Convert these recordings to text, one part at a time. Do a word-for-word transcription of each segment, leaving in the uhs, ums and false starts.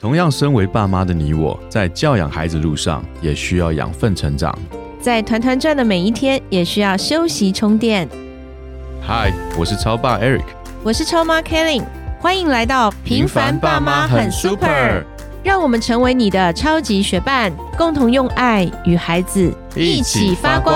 同样身为爸妈的你我，在教养孩子路上也需要养分成长， 在团团转的每一天也需要休息充电。 嗨，我是超爸 Eric， 我是超妈 Kelly， 欢迎来到平凡爸妈很 super， 让我们成为你的超级学伴，共同用爱与孩子一起发光。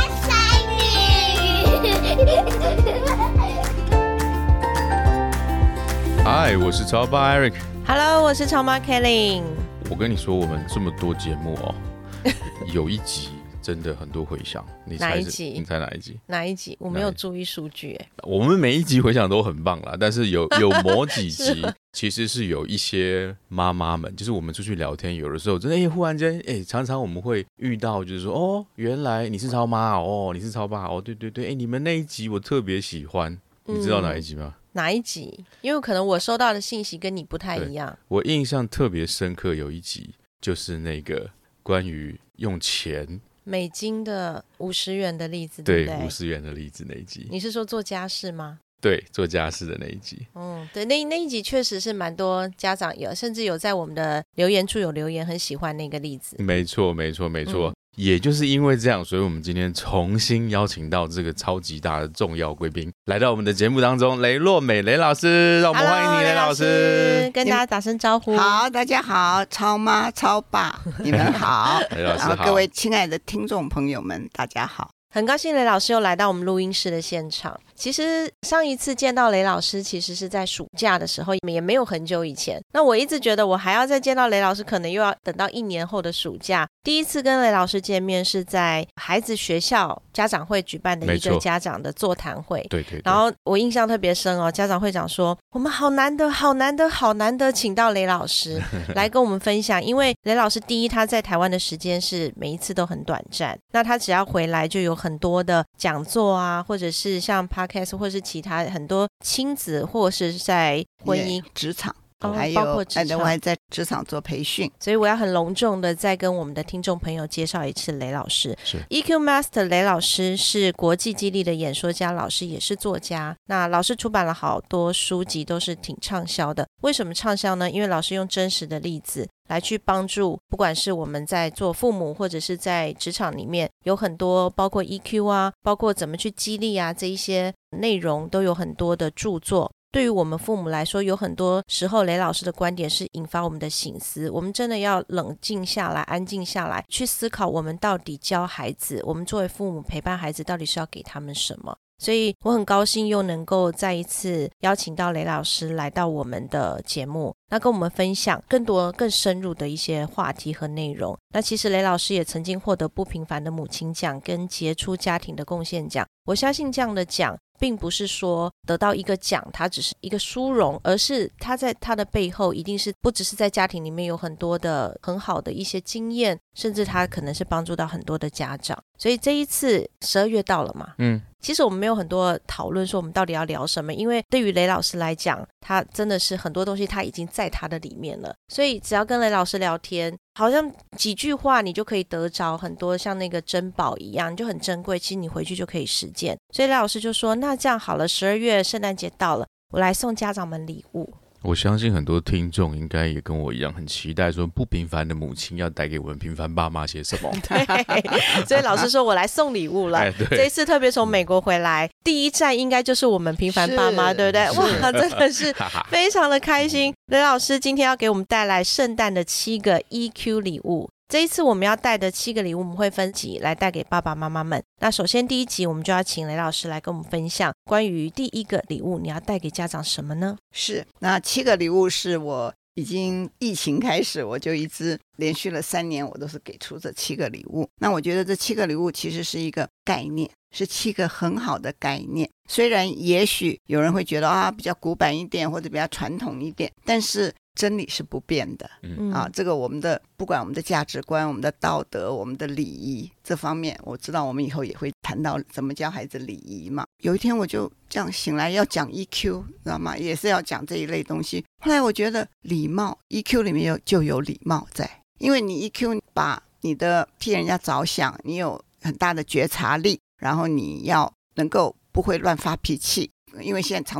嗨，我是超爸 Eric。Hello， 我是超妈 Kelly。 我跟你说，我们这么多节目哦，有一集真的很多回响。你猜哪一集？ 你猜哪一集？ 哪一集？我没有注意数据哎。 我们每一集回响都很棒啦，但是有有某几集其实是有一些妈妈们，就是我们出去聊天，有的时候真的哎，忽然间哎，常常我们会遇到，就是说哦，原来你是超妈哦，你是超爸哦，对对对，哎，你们那一集我特别喜欢，你知道哪一集吗？ 嗯哪一集？因为可能我收到的信息跟你不太一样。 我印象特别深刻，有一集就是那个关于用钱美金的五十元的例子，对不对？ 对，五十元的例子那一集。 你是说做家事吗？ 对，做家事的那一集。 嗯，对，那那一集确实是蛮多家长有，甚至有在我们的留言处有留言，很喜欢那个例子。 没错，没错，没错。嗯，也就是因为这样，所以我们今天重新邀请到这个超级大的重要贵宾来到我们的节目当中，雷洛美雷老师，让我们欢迎你，雷老师， 跟大家打声招呼。 好，大家好，超妈超爸，你们好， 雷老师好， 然后各位亲爱的听众朋友们，大家好。 很高兴雷老师又来到我们录音室的现场。其实上一次见到雷老师其实是在暑假的时候，也没有很久以前。那我一直觉得我还要再见到雷老师，可能又要等到一年后的暑假。第一次跟雷老师见面是在孩子学校家长会举办的一个家长的座谈会。 对 对, 对。 然后我印象特别深哦，家长会长说我们好难得好难得好难得请到雷老师来跟我们分享，因为雷老师第一他在台湾的时间是每一次都很短暂，那他只要回来就有很多的讲座啊，或者是像 podcast 或是其他很多亲子或是在婚姻、 yeah, 职场哦、 还有包括职场， 我还在职场做培训， 所以我要很隆重的再跟我们的听众朋友介绍一次雷老师。 是 E Q Master 雷老师是国际激励的演说家老师，也是作家。那老师出版了好多书籍，都是挺畅销的。为什么畅销呢？因为老师用真实的例子来去帮助，不管是我们在做父母或者是在职场里面，有很多包括 E Q 啊，包括怎么去激励啊，这一些内容都有很多的著作。对于我们父母来说，有很多时候雷老师的观点是引发我们的省思，我们真的要冷静下来，安静下来，去思考我们到底教孩子，我们作为父母陪伴孩子到底是要给他们什么。所以我很高兴又能够再一次邀请到雷老师来到我们的节目，那跟我们分享更多更深入的一些话题和内容。那其实雷老师也曾经获得不平凡的母亲奖跟杰出家庭的贡献奖，我相信这样的奖并不是说得到一个奖它只是一个殊荣，而是他在他的背后一定是不只是在家庭里面有很多的很好的一些经验，甚至他可能是帮助到很多的家长。所以这一次十二月到了嘛，嗯，其实我们没有很多讨论说我们到底要聊什么，因为对于雷老师来讲，他真的是很多东西他已经在他的里面了，所以只要跟雷老师聊天，好像几句话你就可以得着很多像那个珍宝一样，就很珍贵，其实你回去就可以实践。所以雷老师就说那这样好了，十二月圣诞节到了，我来送家长们礼物。 我相信很多听众应该也跟我一样很期待说不平凡的母亲要带给我们平凡爸妈些什么。 对，所以老师说我来送礼物了、哎、这一次特别从美国回来，第一站应该就是我们平凡爸妈，对不对？哇，真的是非常的开心。雷老师今天要给我们带来圣诞的七个 E Q 礼物，这一次我们要带的七个礼物我们会分集来带给爸爸妈妈们。那首先第一集我们就要请雷老师来跟我们分享关于第一个礼物，你要带给家长什么呢？ 是，那七个礼物是我已经疫情开始我就一直连续了三年我都是给出这七个礼物。那我觉得这七个礼物其实是一个概念，是七个很好的概念，虽然也许有人会觉得啊比较古板一点或者比较传统一点，但是真理是不变的、嗯、啊，这个我们的不管我们的价值观我们的道德我们的礼仪这方面，我知道我们以后也会谈到怎么教孩子礼仪嘛。有一天我就这样醒来要讲 E Q 知道吗，也是要讲这一类东西。后来我觉得礼貌 E Q 里面有就有礼貌在，因为你 E Q 把你的替人家着想，你有很大的觉察力，然后你要能够不会乱发脾气，因为现在常常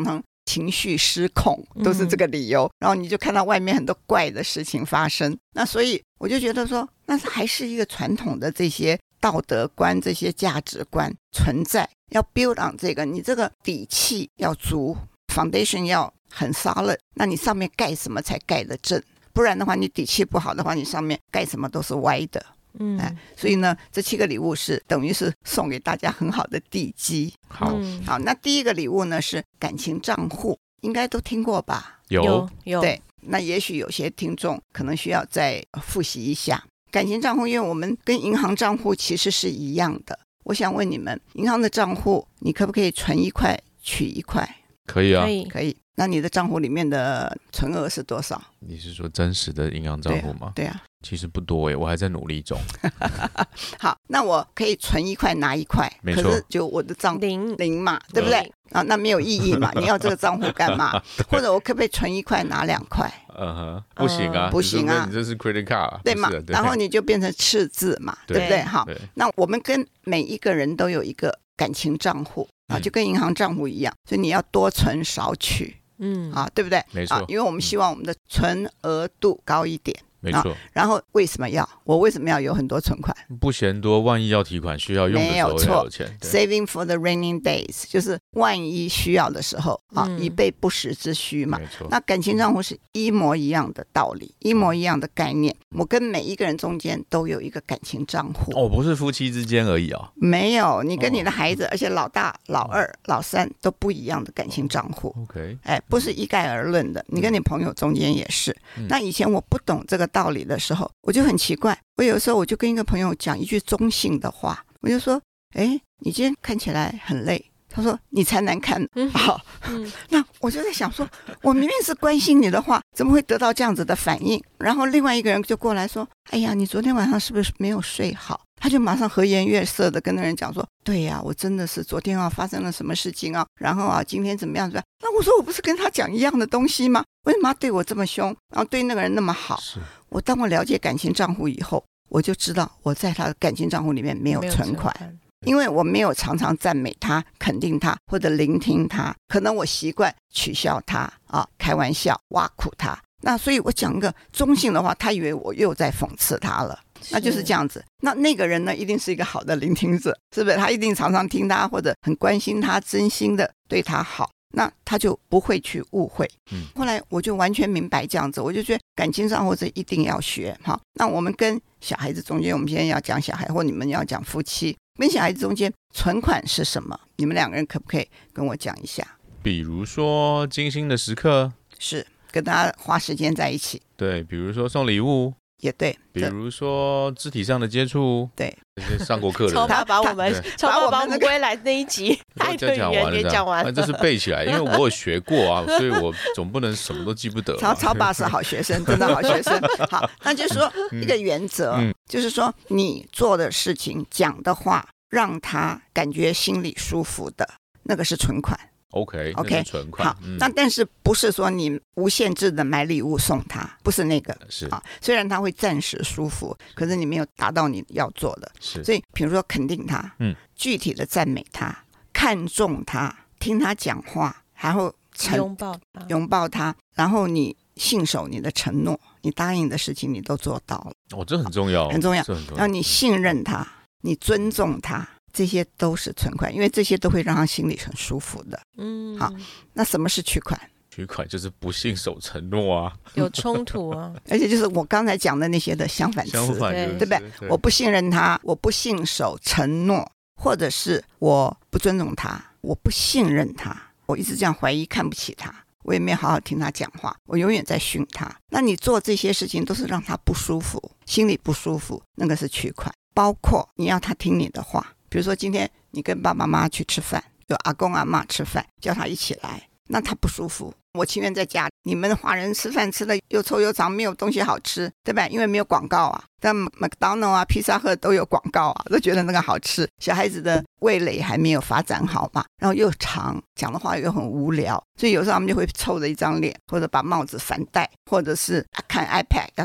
情绪失控，都是这个理由、嗯、然后你就看到外面很多怪的事情发生。那所以我就觉得说，那还是一个传统的这些道德观，这些价值观存在，要 build on 这个，你这个底气要足， foundation 要很 solid， 那你上面盖什么才盖得正，不然的话你底气不好的话，你上面盖什么都是歪的。嗯、哎，所以呢，这七个礼物是等于是送给大家很好的地基。 好， 好，那第一个礼物呢是感情账户，应该都听过吧？ 有有。 对，那也许有些听众可能需要再复习一下感情账户，因为我们跟银行账户其实是一样的。我想问你们，银行的账户你可不可以存一块取一块？ 可以啊， 可以。 可以。那你的账户里面的存额是多少？ 你是说真实的银行账户吗？ 对啊，对啊， 其实不多耶，我还在努力中。 好，那我可以存一块拿一块， 没错， 可是就我的账零零嘛，对不对？啊，那没有意义嘛，你要这个账户干嘛？或者我可不可以存一块拿两块？ 嗯哼，不行啊， 不行啊， 你这是 credit card， 对嘛？然后你就变成赤字嘛，对不对？好，那我们跟每一个人都有一个感情账户啊，就跟银行账户一样，所以你要多存少取。嗯啊，对不对？ 没错、 啊，因为我们希望我们的存额度高一点。 没错、 啊。然后为什么要？我为什么要有很多存款？ 不嫌多，万一要提款需要用的时候要有钱。 Saving for the rainy days， 就是万一需要的时候啊，嗯、以备不时之需嘛。 没错。 那感情账户是一模一样的道理，一模一样的概念。我跟每一个人中间都有一个感情账户。 哦，不是夫妻之间而已啊、哦。 没有，你跟你的孩子，哦、而且老大、老二、老三都不一样的感情账户。 OK， 哎，不是一概而论的。你跟你朋友中间也是。嗯、那以前我不懂这个道理的时候，我就很奇怪。我有时候我就跟一个朋友讲一句中性的话，我就说：“哎，你今天看起来很累。”他说：“你才难看。嗯”好、嗯，那我就在想说，我明明是关心你的话，怎么会得到这样子的反应？然后另外一个人就过来说：“哎呀，你昨天晚上是不是没有睡好？”他就马上和颜悦色的跟那人讲说：“对呀、啊，我真的是昨天啊发生了什么事情啊，然后啊今天怎么样怎么样。”那我说我不是跟他讲一样的东西吗？为什么他对我这么凶，然后对那个人那么好？我当我了解感情账户以后，我就知道我在他的感情账户里面没有存款。因为我没有常常赞美他、肯定他或者聆听他，可能我习惯取笑他啊、开玩笑、挖苦他。那所以我讲一个中性的话，他以为我又在讽刺他了，那就是这样子。那那个人呢，一定是一个好的聆听者，是不是？他一定常常听他，或者很关心他，真心的对他好，那他就不会去误会。嗯，后来我就完全明白这样子，我就觉得感情上或者一定要学哈。那我们跟小孩子中间，我们今天要讲小孩，或你们要讲夫妻。跟小孩子中间存款是什么？你们两个人可不可以跟我讲一下？ 比如说精心的时刻，是跟大家花时间在一起。 对，比如说送礼物， 也对。 比如说肢体上的接触， 对。 上过课的超爸把我们超爸把我们归来那一集太的语言也讲完了， 这是背起来，因为我有学过啊，所以我总不能什么都记不得。 超超爸是好学生，真的好学生。好，那就是说一个原则，嗯、就是说你做的事情、讲的话，让他感觉心里舒服的，那个是存款。 OK OK， 存款好、嗯，那但是不是说你无限制的买礼物送他，不是那个是啊。虽然他会暂时舒服，可是你没有达到你要做的。 是， 所以比如说肯定他，嗯，具体的赞美他，看重他，听他讲话，然后拥抱他， 拥抱他，然后你信守你的承诺，你答应的事情你都做到了。 哦，这很重要， 很重要， 这很重要。 然后你信任他，你尊重他。这些都是存款，因为这些都会让他心里很舒服的。嗯，好，那什么是取款？ 取款就是不信守承诺啊， 有冲突啊， 而且就是我刚才讲的那些的相反词， 相反对，对不对？对，我不信任他，我不信守承诺，或者是我不尊重他，我不信任他，我一直这样怀疑、看不起他，我也没有好好听他讲话，我永远在训他。那你做这些事情都是让他不舒服，心里不舒服，那个是取款。包括你要他听你的话。比如说今天你跟爸爸妈妈去吃饭，有阿公阿嬷吃饭，叫他一起来，那他不舒服，我情愿在家，你们华人吃饭吃的又臭又长，没有东西好吃，对吧？因为没有广告啊，但麦当劳啊、披萨赫都有广告啊，都觉得那个好吃。小孩子的味蕾还没有发展好嘛，然后又长，讲的话又很无聊，所以有时候他们就会臭着一张脸，或者把帽子反戴，或者是看 iPad 要吵。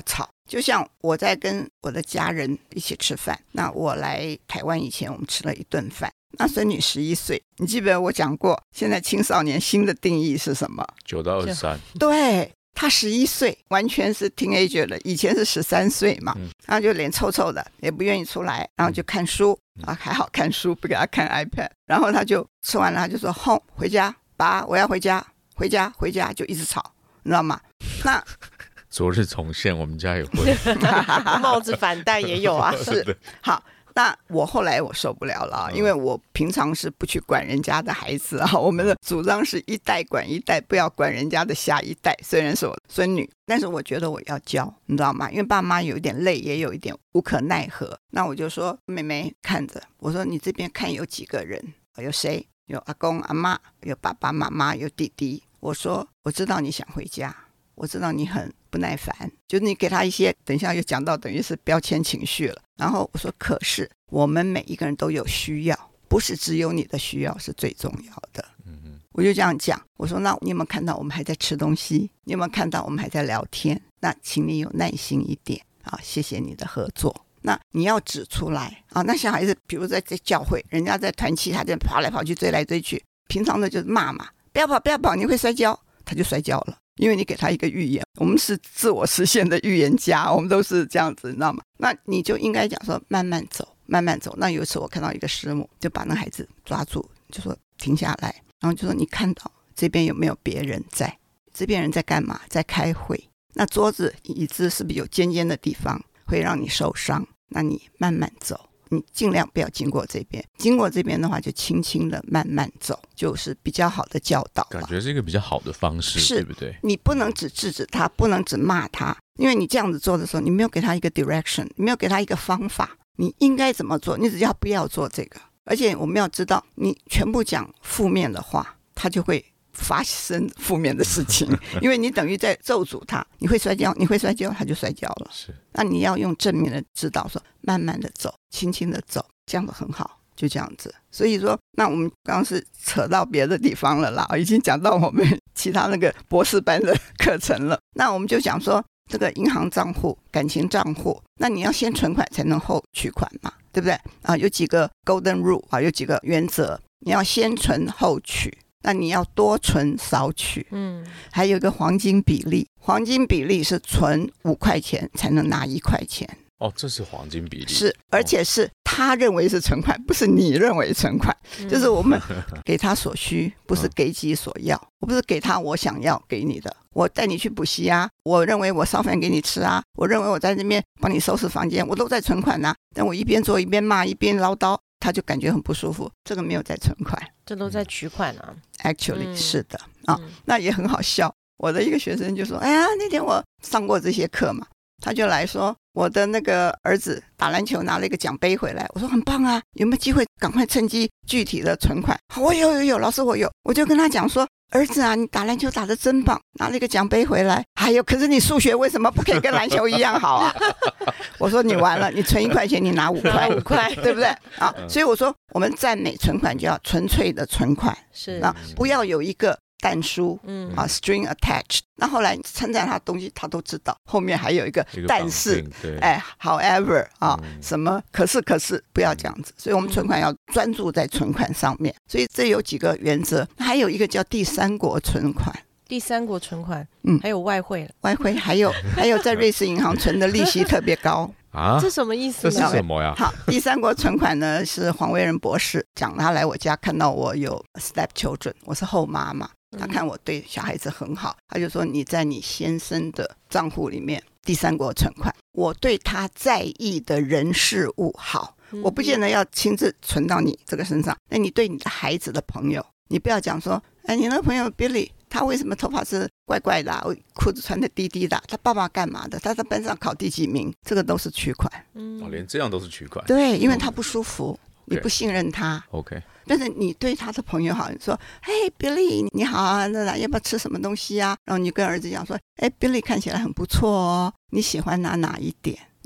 就像我在跟我的家人一起吃饭，那我来台湾以前我们吃了一顿饭，那孙女十一岁，你记不记得我讲过现在青少年新的定义是什么？ 九到二十三， 对，他十一岁，完全是 teenager 了，以前是十三岁嘛，嗯、然后就脸臭臭的，也不愿意出来，然后就看书、嗯、啊，还好看书，不给他看 iPad， 然后他就吃完了，他就说轰，回家，爸，我要回家，回家，回家，就一直吵，你知道吗？那昨日重现，我们家也会帽子反戴也有啊， 是好。那我后来我受不了了，因为我平常是不去管人家的孩子啊，我们的主张是一代管一代，不要管人家的下一代。虽然是我孙女，但是我觉得我要教，你知道吗？因为爸妈有一点累，也有一点无可奈何。那我就说，妹妹看着，我说你这边看有几个人，有谁？有阿公阿妈，有爸爸妈妈，有弟弟。我说我知道你想回家，我知道你很不耐烦，就是你给他一些，等一下又讲到等于是标签情绪了。然后我说可是我们每一个人都有需要，不是只有你的需要是最重要的。嗯，我就这样讲，我说那你有没有看到我们还在吃东西？你有没有看到我们还在聊天？那请你有耐心一点啊，谢谢你的合作。那你要指出来啊，那小孩子比如在在教会，人家在团契，他在跑来跑去追来追去，平常的就是骂嘛，不要跑不要跑，你会摔跤，他就摔跤了。因为你给他一个预言，我们是自我实现的预言家，我们都是这样子，你知道吗？那你就应该讲说慢慢走慢慢走。那有一次我看到一个师母就把那孩子抓住，就说停下来，然后就说你看到这边有没有别人在？这边人在干嘛？在开会。那桌子椅子是不是有尖尖的地方会让你受伤？那你慢慢走，你尽量不要经过这边，经过这边的话就轻轻的慢慢走，就是比较好的教导。 感觉是一个比较好的方式， 是， 对不对？ 你不能只制止他，不能只骂他，因为你这样子做的时候，你没有给他一个 direction， 你没有给他一个方法，你应该怎么做，你只要不要做这个。而且我们要知道，你全部讲负面的话，他就会发生负面的事情，因为你等于在咒诅他，你会摔跤，你会摔跤，他就摔跤了。是，那你要用正面的指导，说慢慢的走，轻轻的走，这样子很好，就这样子。所以说，那我们刚刚是扯到别的地方了啦，已经讲到我们其他那个博士班的课程了。那我们就讲说，这个银行账户、感情账户，那你要先存款才能后取款嘛，对不对啊？有几个 golden rule 啊，有几个原则，你要先存后取。那你要多存少取，嗯，还有一个黄金比例，黄金比例是存五块钱才能拿一块钱。 哦，这是黄金比例， 是，而且是他认为是存款，不是你认为存款，嗯、就是我们给他所需，不是给己所要。嗯、我不是给他我想要给你的，我带你去补习啊，我认为我烧饭给你吃啊，我认为我在这边帮你收拾房间，我都在存款啊。但我一边做一边骂，一边唠叨，他就感觉很不舒服，这个没有在存款， 这都在取款啊。 Actually、嗯、是的啊、嗯，那也很好笑。我的一个学生就说：“哎呀，那天我上过这些课嘛，他就来说我的那个儿子打篮球拿了一个奖杯回来。”我说：“很棒啊，有没有机会赶快趁机具体的存款？”我有有有，老师我有。我就跟他讲说：“儿子啊，你打篮球打得真棒，拿了一个奖杯回来。还有，可是你数学为什么不可以跟篮球一样好啊？”我说：“你完了，你存一块钱，你拿五块，五块，对不对？啊，所以我说，我们赞美存款就要纯粹的存款，是啊，不要有一个但书，嗯啊 ，string attached。那后来称赞他的东西，他都知道，后面还有一个但是，哎 ，however 啊，嗯、什么可是可是不要这样子。所以我们存款要专注在存款上面。所以这有几个原则，还有一个叫第三国存款。 第三国存款，嗯，还有外汇了， 外汇还有还有在瑞士银行存的利息特别高啊， 这什么意思呢？ 这是什么呀？ 好，第三国存款呢是黄维仁博士讲，他来我家看到我有 step children， 我是后妈嘛，他看我对小孩子很好，他就说你在你先生的账户里面第三国存款，我对他在意的人事物好，我不见得要亲自存到你这个身上，那你对你的孩子的朋友，你不要讲说，哎，你那个朋友 Billy。他为什么头发是怪怪的、啊、裤子穿的低低的，他爸爸干嘛的，他在班上考第几名，这个都是取款、 嗯哦、连这样都是取款， 对，因为他不舒服、嗯、你不信任他 OK， 但是你对他的朋友好，你说嘿 Billy 你好啊，那要不要吃什么东西啊，然后你跟儿子讲说，哎 Billy 看起来很不错哦，你喜欢拿哪一点，你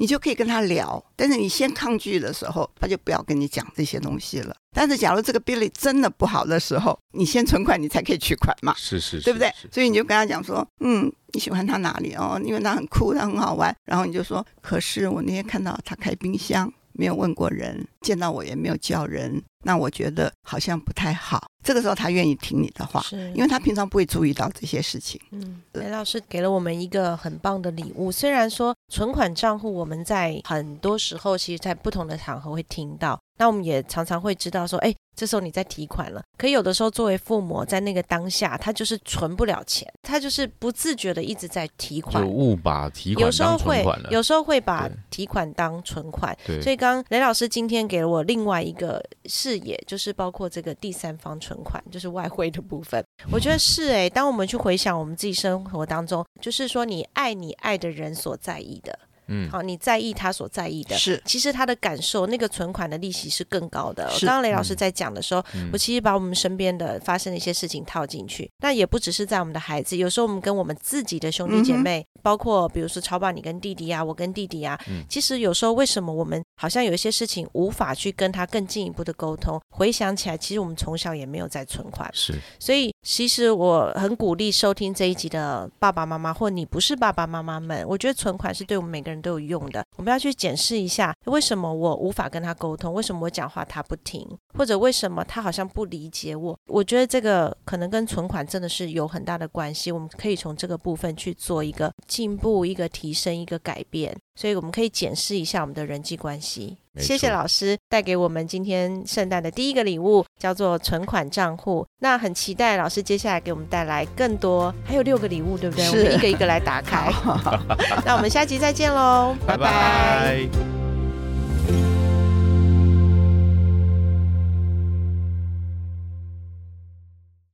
你就可以跟他聊。但是你先抗拒的时候，他就不要跟你讲这些东西了。但是假如这个 Billy 真的不好的时候，你先存款，你才可以取款嘛， 是是是， 对不对？ 是是所以你就跟他讲说，嗯，你喜欢他哪里哦？因为他很酷，他很好玩。然后你就说，可是我那天看到他开冰箱，没有问过人，见到我也没有叫人，那我觉得好像不太好。这个时候他愿意听你的话，因为他平常不会注意到这些事情。 嗯，雷老师给了我们一个很棒的礼物。虽然说存款账户我们在很多时候其实在不同的场合会听到，那我们也常常会知道说，哎，这时候你在提款了。可有的时候作为父母，在那个当下他就是存不了钱，他就是不自觉的一直在提款， 就误把提款当存款了， 有时候会把提款当存款。所以刚刚雷老师今天给了我另外一个视野，就是包括这个第三方存款，就是外汇的部分。我觉得是哎，当我们去回想我们自己生活当中，就是说你爱你爱的人所在意的，嗯，好，你在意他所在意的， 是， 其实他的感受，那个存款的利息是更高的。刚刚雷老师在讲的时候，嗯，我其实把我们身边的发生的一些事情套进去，那也不只是在我们的孩子，有时候我们跟我们自己的兄弟姐妹，嗯，包括比如说超爸你跟弟弟啊，我跟弟弟啊，嗯，其实有时候为什么我们好像有一些事情无法去跟他更进一步的沟通，回想起来，其实我们从小也没有在存款， 是， 所以其实我很鼓励收听这一集的爸爸妈妈，或你不是爸爸妈妈们，我觉得存款是对我们每个人都有用的。我们要去检视一下，为什么我无法跟他沟通，为什么我讲话他不听，或者为什么他好像不理解我。我觉得这个可能跟存款真的是有很大的关系，我们可以从这个部分去做一个进步，一个提升，一个改变。所以我们可以检视一下我们的人际关系。谢谢老师带给我们今天圣诞的第一个礼物，叫做存款账户。那很期待老师接下来给我们带来更多，还有六个礼物，对不对？我们一个一个来打开。那我们下集再见喽，拜拜。